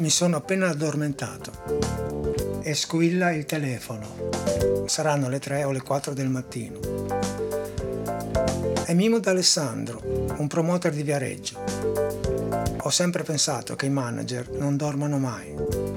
Mi sono appena addormentato e squilla il telefono. Saranno le 3 o le 4 del mattino. È Mimo D'Alessandro, un promoter di Viareggio. Ho sempre pensato che i manager non dormano mai.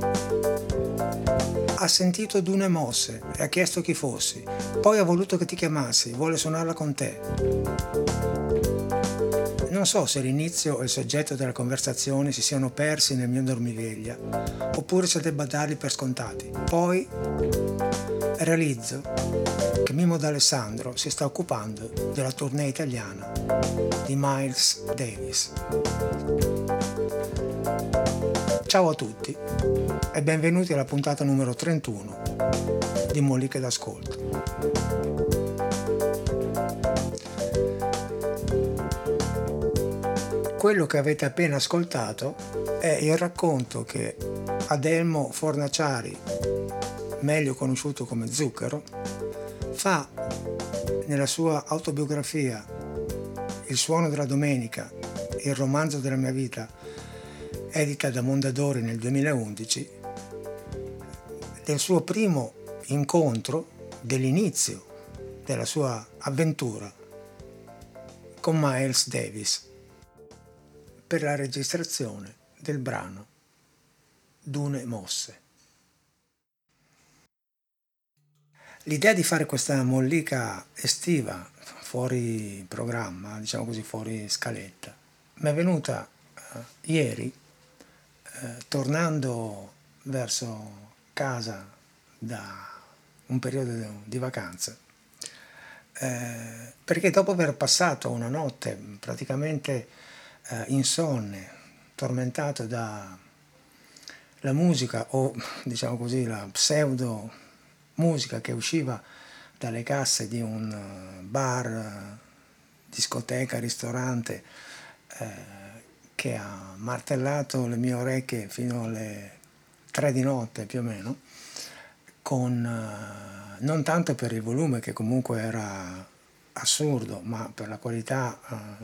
Ha sentito Dune Mosse e ha chiesto chi fossi. Poi ha voluto che ti chiamassi, vuole suonarla con te. Non so se l'inizio e il soggetto della conversazione si siano persi nel mio dormiveglia, oppure se debba darli per scontati. Poi realizzo che Mimo D'Alessandro si sta occupando della tournée italiana di Miles Davis. Ciao a tutti e benvenuti alla puntata numero 31 di Molliche d'Ascolto. Quello che avete appena ascoltato è il racconto che Adelmo Fornaciari, meglio conosciuto come Zucchero, fa nella sua autobiografia Il suono della domenica, il romanzo della mia vita, edita da Mondadori nel 2011, del suo primo incontro, dell'inizio della sua avventura con Miles Davis per la registrazione del brano Dune Mosse. L'idea di fare questa mollica estiva fuori programma, diciamo così, fuori scaletta, mi è venuta ieri tornando verso casa da un periodo di vacanze, perché dopo aver passato una notte praticamente insonne, tormentato da la musica o diciamo così la pseudo musica che usciva dalle casse di un bar, discoteca, ristorante che ha martellato le mie orecchie fino alle 3 di notte più o meno, con non tanto per il volume che comunque era assurdo, ma per la qualità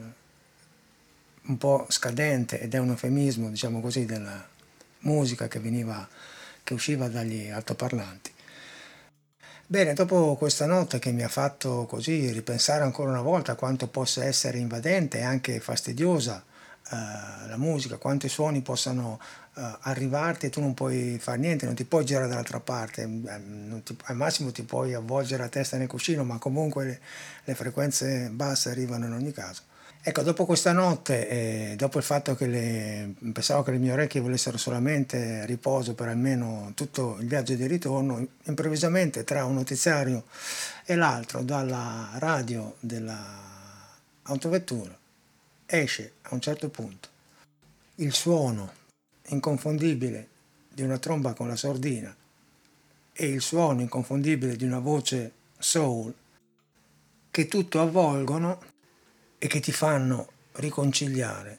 un po' scadente, ed è un eufemismo, diciamo così, della musica che usciva dagli altoparlanti. Bene, dopo questa notte che mi ha fatto così ripensare ancora una volta quanto possa essere invadente e anche fastidiosa la musica, quanti suoni possano arrivarti e tu non puoi fare niente, non ti puoi girare dall'altra parte, al massimo ti puoi avvolgere la testa nel cuscino, ma comunque le frequenze basse arrivano in ogni caso. Ecco, dopo questa notte, dopo il fatto che pensavo che le mie orecchie volessero solamente riposo per almeno tutto il viaggio di ritorno, improvvisamente tra un notiziario e l'altro, dalla radio dell'autovettura, esce a un certo punto il suono inconfondibile di una tromba con la sordina e il suono inconfondibile di una voce soul che tutto avvolgono e che ti fanno riconciliare,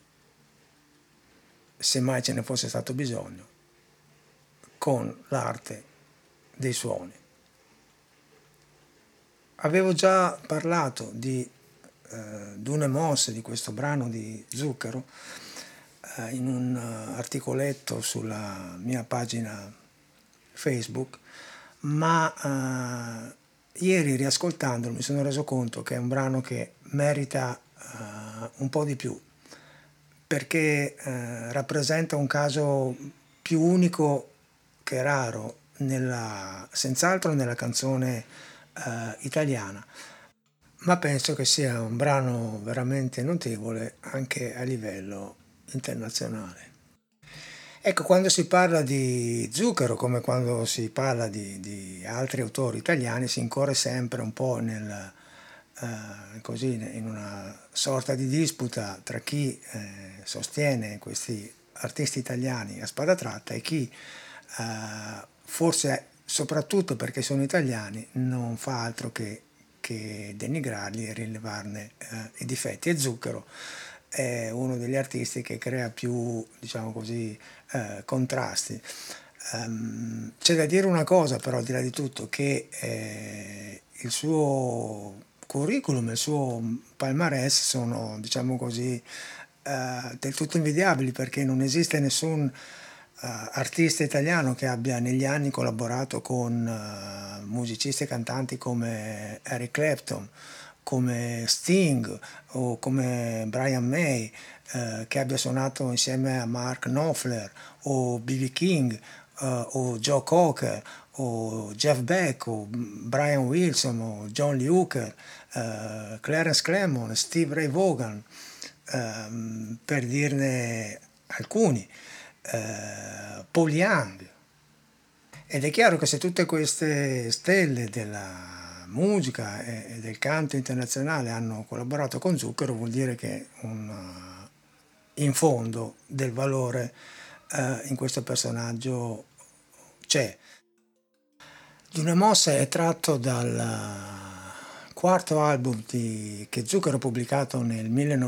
se mai ce ne fosse stato bisogno, con l'arte dei suoni. Avevo già parlato di Dune Mosse, di questo brano di Zucchero, in un articoletto sulla mia pagina Facebook, ma ieri riascoltandolo mi sono reso conto che è un brano che merita un po' di più, perché rappresenta un caso più unico che raro, senz'altro nella canzone italiana, ma penso che sia un brano veramente notevole anche a livello internazionale. Ecco, quando si parla di Zucchero, come quando si parla di altri autori italiani, si incorre sempre un po' così, in una sorta di disputa tra chi sostiene questi artisti italiani a spada tratta e chi, forse soprattutto perché sono italiani, non fa altro che denigrarli e rilevarne i difetti. E Zucchero è uno degli artisti che crea più, diciamo così, contrasti. C'è da dire una cosa però, al di là di tutto, che il suo curriculum, il suo palmarès sono, diciamo così, del tutto invidiabili, perché non esiste nessun artista italiano che abbia negli anni collaborato con musicisti e cantanti come Eric Clapton, come Sting o come Brian May, che abbia suonato insieme a Mark Knopfler o B.B. King, o Joe Cocker o Jeff Beck o Brian Wilson o John Lee Hooker, Clarence Clemons, Steve Ray Vaughan, per dirne alcuni, Paul Young. Ed è chiaro che se tutte queste stelle della musica e del canto internazionale hanno collaborato con Zucchero, vuol dire che in fondo del valore in questo personaggio c'è. Di una mossa è tratto dal quarto album che Zucchero ha pubblicato nel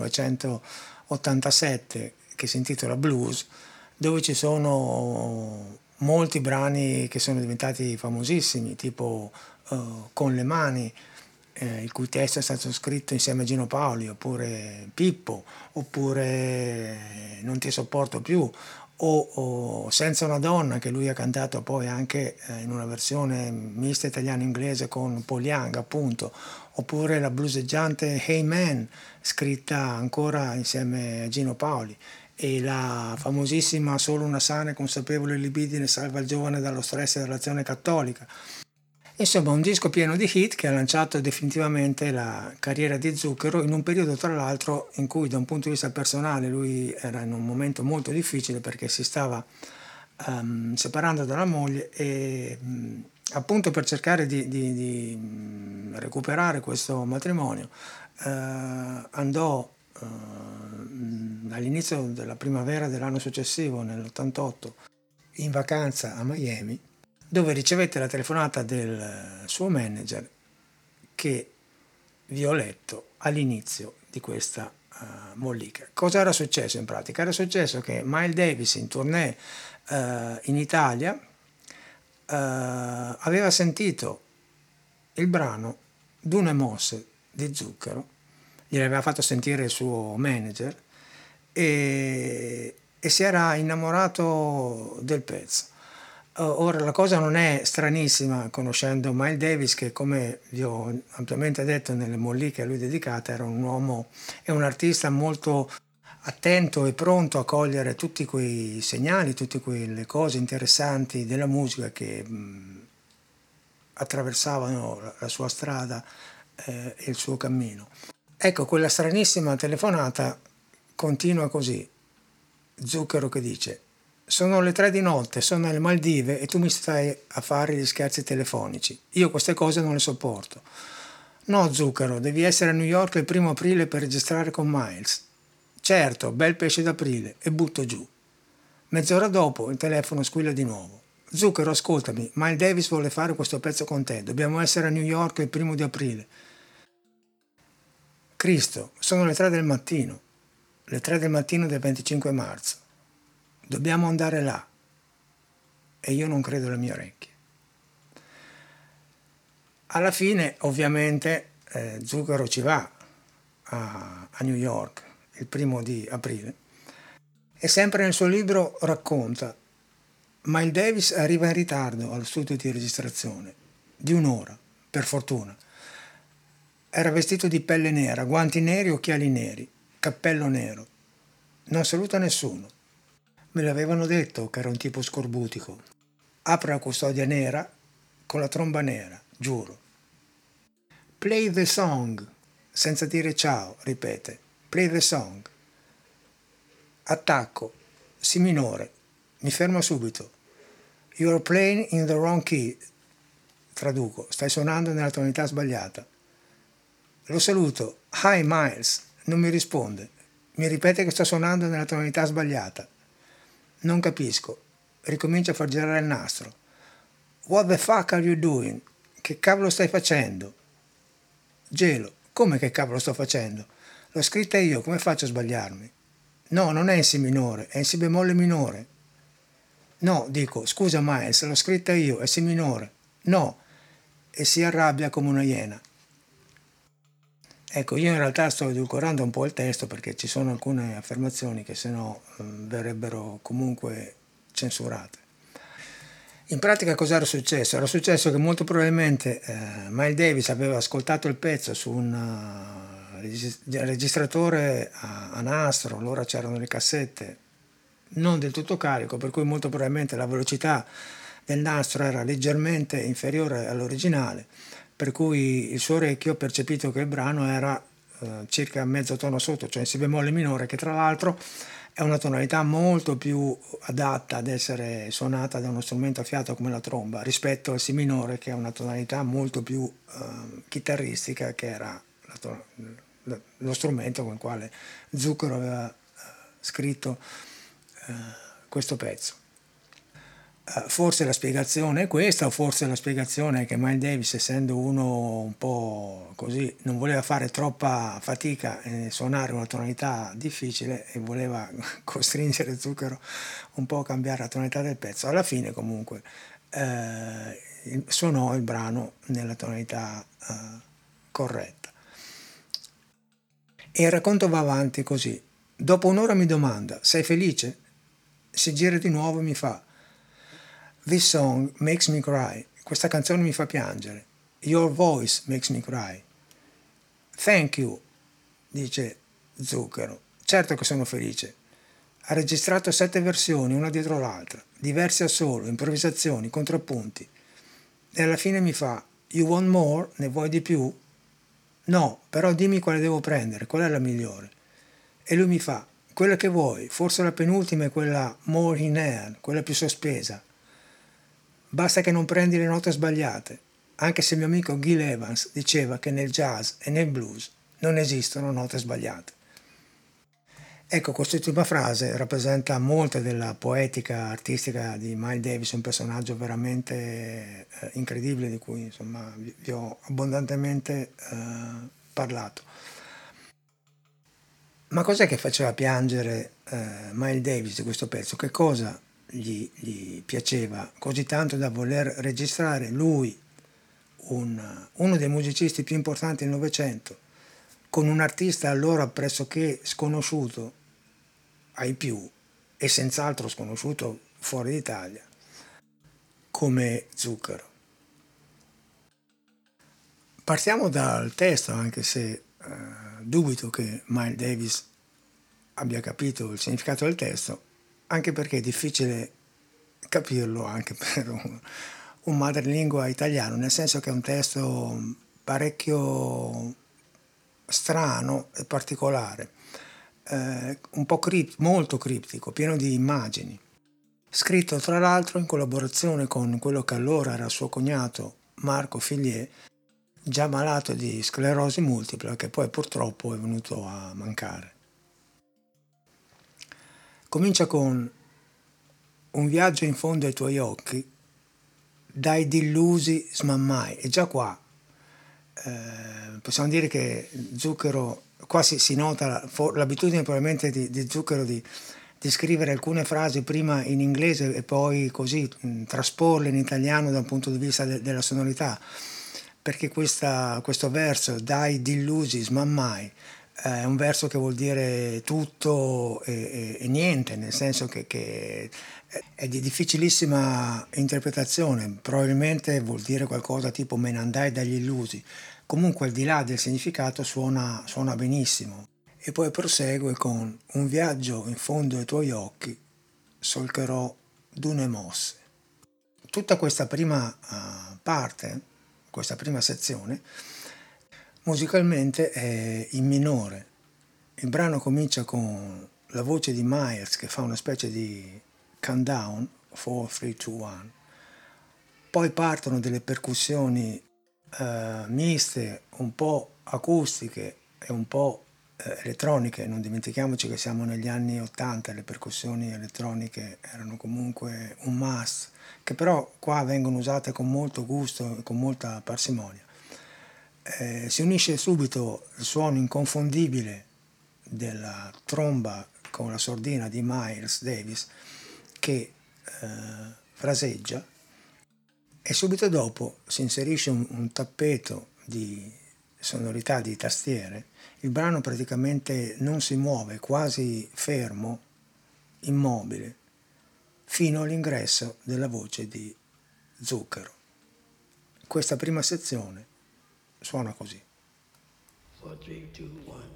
1987, che si intitola Blues, dove ci sono molti brani che sono diventati famosissimi, tipo Con le mani, il cui testo è stato scritto insieme a Gino Paoli, oppure Pippo, oppure Non ti sopporto più, o Senza una donna, che lui ha cantato poi anche in una versione mista italiano-inglese con Paul Young, appunto, oppure la bluseggiante Hey Man, scritta ancora insieme a Gino Paoli, e la famosissima Solo una sana e consapevole libidine salva il giovane dallo stress dell'azione cattolica. Insomma, un disco pieno di hit che ha lanciato definitivamente la carriera di Zucchero in un periodo, tra l'altro, in cui da un punto di vista personale lui era in un momento molto difficile, perché si stava separando dalla moglie e appunto per cercare di recuperare questo matrimonio andò all'inizio della primavera dell'anno successivo, nell'88, in vacanza a Miami, dove ricevette la telefonata del suo manager che vi ho letto all'inizio di questa mollica. Cosa era successo in pratica? Era successo che Miles Davis, in tournée in Italia, aveva sentito il brano Dune mosse di Zucchero, gliel'aveva fatto sentire il suo manager e si era innamorato del pezzo. Ora la cosa non è stranissima, conoscendo Miles Davis, che, come vi ho ampiamente detto nelle molliche a lui dedicate, era un uomo e un artista molto attento e pronto a cogliere tutti quei segnali, tutte quelle cose interessanti della musica che attraversavano la sua strada e il suo cammino. Ecco, quella stranissima telefonata continua così. Zucchero che dice: sono le 3 di notte, sono alle Maldive e tu mi stai a fare gli scherzi telefonici. Io queste cose non le sopporto. No, Zucchero, devi essere a New York il 1° aprile per registrare con Miles. Certo, bel pesce d'aprile, e butto giù. Mezz'ora dopo il telefono squilla di nuovo. Zucchero, ascoltami, Miles Davis vuole fare questo pezzo con te, dobbiamo essere a New York il 1° aprile. Cristo, sono le 3 del mattino, le 3 del mattino del 25 marzo. Dobbiamo andare là. E io non credo alle mie orecchie. Alla fine, ovviamente, Zucchero ci va a New York il 1° aprile e sempre nel suo libro racconta: Miles Davis arriva in ritardo allo studio di registrazione di un'ora, per fortuna. Era vestito di pelle nera, guanti neri, occhiali neri, cappello nero. Non saluta nessuno. Me l'avevano detto che era un tipo scorbutico. Apre la custodia nera con la tromba nera, giuro. Play the song, senza dire ciao, ripete. Play the song. Attacco, Si minore. Mi fermo subito. You're playing in the wrong key. Traduco, stai suonando nella tonalità sbagliata. Lo saluto. Hi Miles. Non mi risponde. Mi ripete che sto suonando nella tonalità sbagliata. Non capisco. Ricomincia a far girare il nastro. What the fuck are you doing? Che cavolo stai facendo? Gelo. Come che cavolo sto facendo? L'ho scritta io, come faccio a sbagliarmi? No, non è in Si minore, è in Si bemolle minore. No, dico, scusa Miles, l'ho scritta io, è Si minore. No, e si arrabbia come una iena. Ecco, io in realtà sto edulcorando un po' il testo, perché ci sono alcune affermazioni che sennò verrebbero comunque censurate. In pratica cosa era successo? Era successo che molto probabilmente Miles Davis aveva ascoltato il pezzo su un registratore a nastro, allora c'erano le cassette non del tutto carico, per cui molto probabilmente la velocità del nastro era leggermente inferiore all'originale, per cui il suo orecchio ha percepito che il brano era circa mezzo tono sotto, cioè in si bemolle minore, che tra l'altro è una tonalità molto più adatta ad essere suonata da uno strumento a fiato come la tromba rispetto al si minore, che è una tonalità molto più chitarristica, che era lo strumento con il quale Zucchero aveva scritto questo pezzo. Forse la spiegazione è questa, o forse la spiegazione è che Miles Davis, essendo uno un po' così, non voleva fare troppa fatica e suonare una tonalità difficile e voleva costringere Zucchero un po' a cambiare la tonalità del pezzo. Alla fine comunque suonò il brano nella tonalità corretta. E il racconto va avanti così. Dopo un'ora mi domanda: sei felice? Si gira di nuovo e mi fa: This song makes me cry. Questa canzone mi fa piangere. Your voice makes me cry. Thank you, dice Zucchero. Certo che sono felice. Ha registrato 7 versioni, una dietro l'altra, diverse a solo, improvvisazioni, contrappunti. E alla fine mi fa: You want more? Ne vuoi di più? No, però dimmi quale devo prendere, qual è la migliore. E lui mi fa: quella che vuoi, forse la penultima è quella more in air, quella più sospesa. Basta che non prendi le note sbagliate, anche se il mio amico Gil Evans diceva che nel jazz e nel blues non esistono note sbagliate. Ecco, quest'ultima frase rappresenta molta della poetica artistica di Miles Davis, un personaggio veramente incredibile, di cui insomma vi ho abbondantemente parlato. Ma cos'è che faceva piangere Miles Davis di questo pezzo? Che cosa gli piaceva così tanto da voler registrare lui, uno dei musicisti più importanti del Novecento, con un artista allora pressoché sconosciuto ai più e senz'altro sconosciuto fuori d'Italia, come Zucchero? Partiamo dal testo, anche se dubito che Miles Davis abbia capito il significato del testo, anche perché è difficile capirlo anche per un madrelingua italiano, nel senso che è un testo parecchio strano e particolare, un po' molto criptico, pieno di immagini, scritto tra l'altro in collaborazione con quello che allora era suo cognato Marco Fillier, già malato di sclerosi multipla, che poi purtroppo è venuto a mancare. Comincia con un viaggio in fondo ai tuoi occhi, dai dillusi smammai, e già qua possiamo dire che Zucchero, qua si nota l'abitudine probabilmente di Zucchero di scrivere alcune frasi prima in inglese e poi così trasporle in italiano da un punto di vista della sonorità, perché questo verso, dai dillusi smammai, è un verso che vuol dire tutto e niente, nel senso che è di difficilissima interpretazione, probabilmente vuol dire qualcosa tipo me ne andai dagli illusi, comunque al di là del significato suona benissimo. E poi prosegue con un viaggio in fondo ai tuoi occhi, solcherò d'une mosse. Tutta questa prima parte, questa prima sezione, musicalmente è in minore. Il brano comincia con la voce di Myers che fa una specie di countdown, 4, 3, 2, 1. Poi partono delle percussioni miste, un po' acustiche e un po' elettroniche. Non dimentichiamoci che siamo negli anni 80, le percussioni elettroniche erano comunque un must, che però qua vengono usate con molto gusto e con molta parsimonia. Si unisce subito il suono inconfondibile della tromba con la sordina di Miles Davis che fraseggia, e subito dopo si inserisce un tappeto di sonorità di tastiere. Il brano praticamente non si muove, quasi fermo, immobile, fino all'ingresso della voce di Zucchero. Questa prima sezione suona così. 4, 3, 2, 1.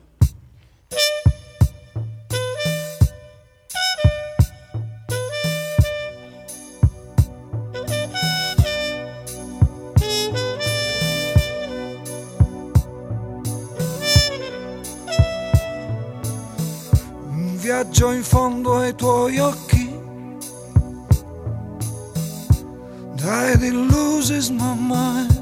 Un viaggio in fondo ai tuoi occhi, died it loses my mind.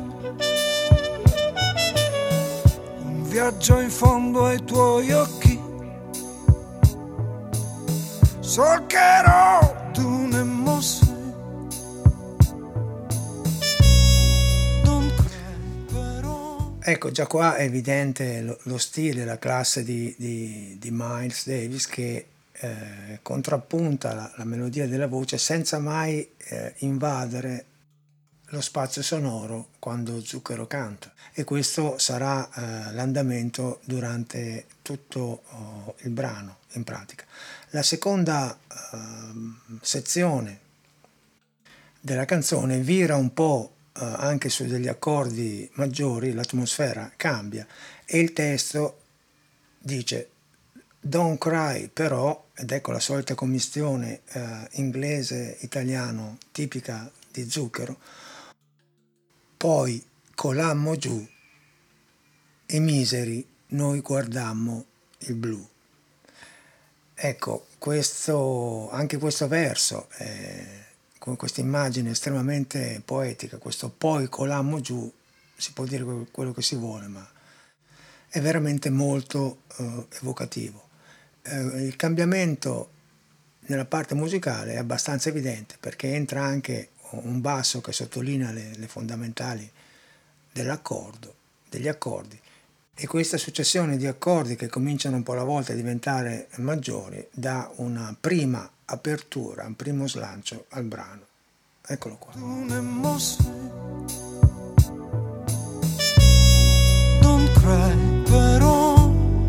Un viaggio in fondo ai tuoi occhi, solcherò d'un'emozione. Ecco, già qua è evidente lo stile, la classe di Miles Davis che contrappunta la melodia della voce senza mai invadere lo spazio sonoro quando Zucchero canta, e questo sarà l'andamento durante tutto il brano in pratica. La seconda sezione della canzone vira un po' anche su degli accordi maggiori, l'atmosfera cambia e il testo dice "Don't cry", però, ed ecco la solita commistione inglese-italiano tipica di Zucchero, poi colammo giù e miseri noi guardammo il blu. Ecco, anche questo verso, con questa immagine estremamente poetica, questo poi colammo giù, si può dire quello che si vuole, ma è veramente molto evocativo. Il cambiamento nella parte musicale è abbastanza evidente perché entra anche un basso che sottolinea le fondamentali degli accordi, e questa successione di accordi che cominciano un po' alla volta a diventare maggiori dà una prima apertura, un primo slancio al brano. Eccolo qua. Don't cry, però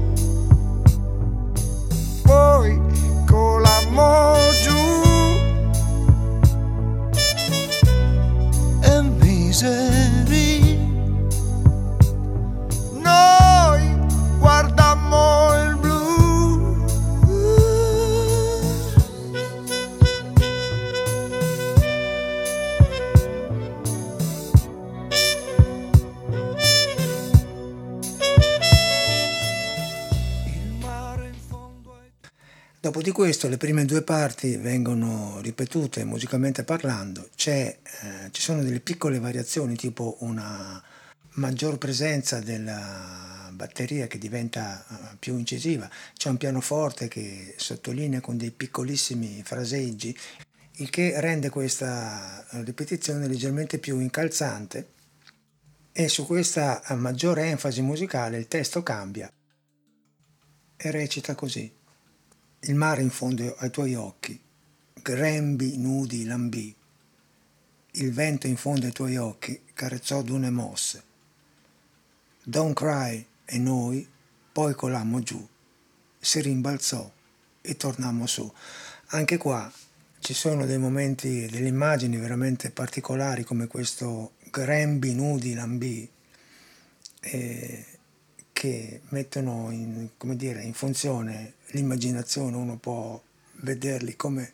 poi colammo giù e miseri noi guardammo il blu. Dopo di questo le prime due parti vengono ripetute musicalmente parlando, ci sono delle piccole variazioni, tipo una maggior presenza della batteria che diventa più incisiva, c'è un pianoforte che sottolinea con dei piccolissimi fraseggi, il che rende questa ripetizione leggermente più incalzante, e su questa maggiore enfasi musicale il testo cambia e recita così: il mare in fondo ai tuoi occhi, grembi nudi lambì, il vento in fondo ai tuoi occhi carezzò d'une mosse. Don't cry, e noi poi colammo giù, si rimbalzò e tornammo su. Anche qua ci sono dei momenti, delle immagini veramente particolari come questo grembi nudi lambì, che mettono in funzione l'immaginazione. Uno può vederli come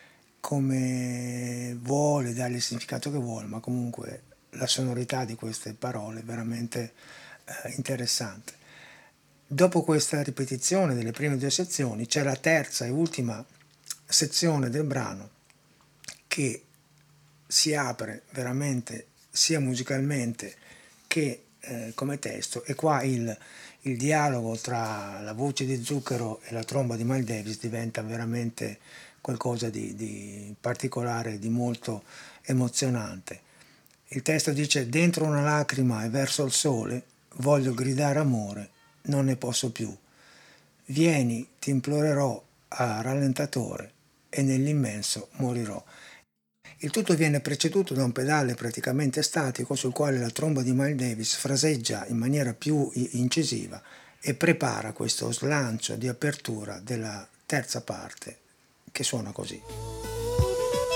vuole, dargli il significato che vuole, ma comunque la sonorità di queste parole è veramente interessante. Dopo questa ripetizione delle prime due sezioni c'è la terza e ultima sezione del brano che si apre veramente sia musicalmente che come testo, e qua il dialogo tra la voce di Zucchero e la tromba di Miles Davis diventa veramente qualcosa di particolare, di molto emozionante. Il testo dice: dentro una lacrima e verso il sole voglio gridare amore, non ne posso più. Vieni, ti implorerò a rallentatore e nell'immenso morirò. Il tutto viene preceduto da un pedale praticamente statico sul quale la tromba di Miles Davis fraseggia in maniera più incisiva e prepara questo slancio di apertura della terza parte, che suona così.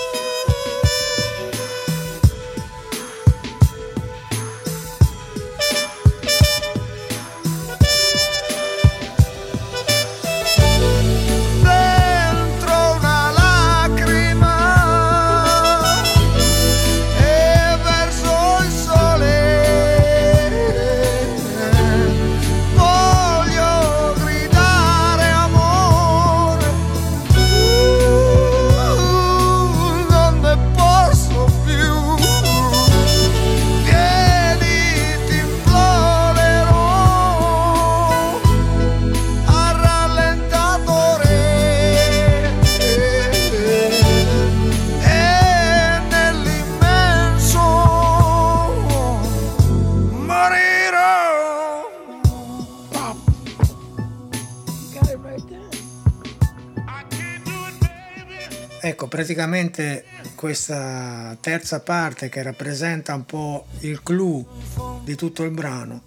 praticamente questa terza parte, che rappresenta un po' il clou di tutto il brano,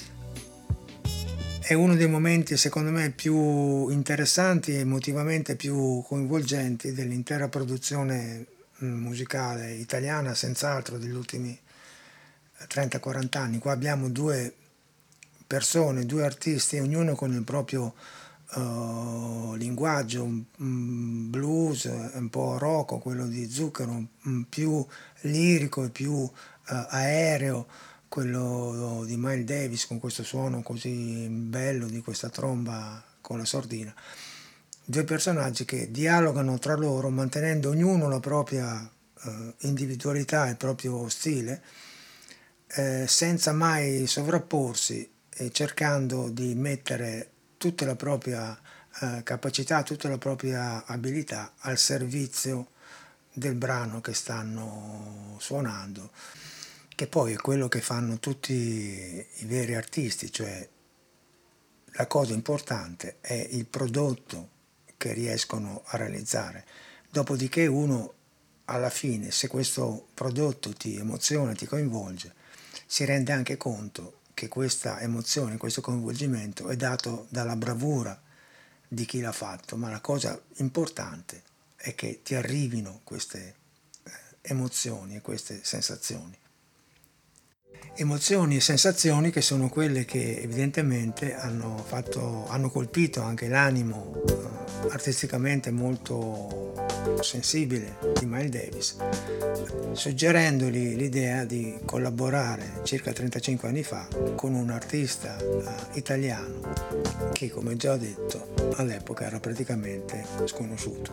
è uno dei momenti secondo me più interessanti e emotivamente più coinvolgenti dell'intera produzione musicale italiana, senz'altro degli ultimi 30-40 anni. Qua abbiamo due persone, due artisti, ognuno con il proprio linguaggio, un blues un po' rock, quello di Zucchero, più lirico e più aereo, quello di Miles Davis con questo suono così bello di questa tromba con la sordina. Due personaggi che dialogano tra loro mantenendo ognuno la propria individualità, il proprio stile, senza mai sovrapporsi e cercando di mettere tutta la propria capacità, tutta la propria abilità al servizio del brano che stanno suonando, che poi è quello che fanno tutti i veri artisti, cioè la cosa importante è il prodotto che riescono a realizzare. Dopodiché uno alla fine, se questo prodotto ti emoziona, ti coinvolge, si rende anche conto che questa emozione, questo coinvolgimento è dato dalla bravura di chi l'ha fatto, ma la cosa importante è che ti arrivino queste emozioni e queste sensazioni. Emozioni e sensazioni che sono quelle che evidentemente hanno colpito anche l'animo artisticamente molto sensibile di Miles Davis, suggerendogli l'idea di collaborare circa 35 anni fa con un artista italiano che, come già ho detto, all'epoca era praticamente sconosciuto.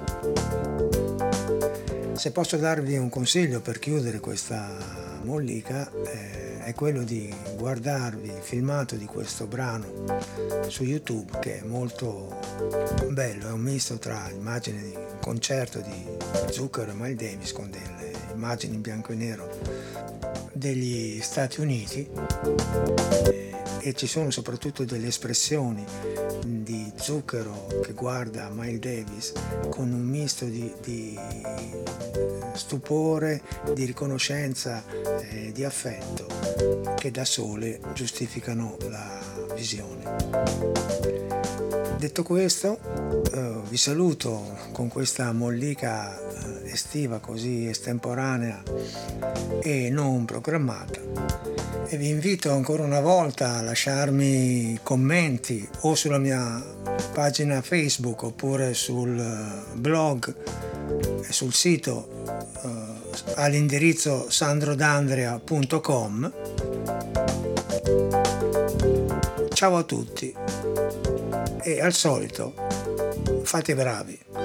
Se posso darvi un consiglio per chiudere questa mollica, è quello di guardarvi il filmato di questo brano su YouTube, che è molto bello, è un misto tra immagini di concerto di Zucchero e Miles Davis con delle immagini in bianco e nero degli Stati Uniti, e ci sono soprattutto delle espressioni di Zucchero che guarda Miles Davis con un misto di stupore, di riconoscenza e di affetto che da sole giustificano la visione. Detto questo, vi saluto con questa mollica estiva così estemporanea e non programmata, e vi invito ancora una volta a lasciarmi commenti o sulla mia pagina Facebook oppure sul blog e sul sito all'indirizzo sandrodandrea.com. Ciao a tutti e al solito fate bravi.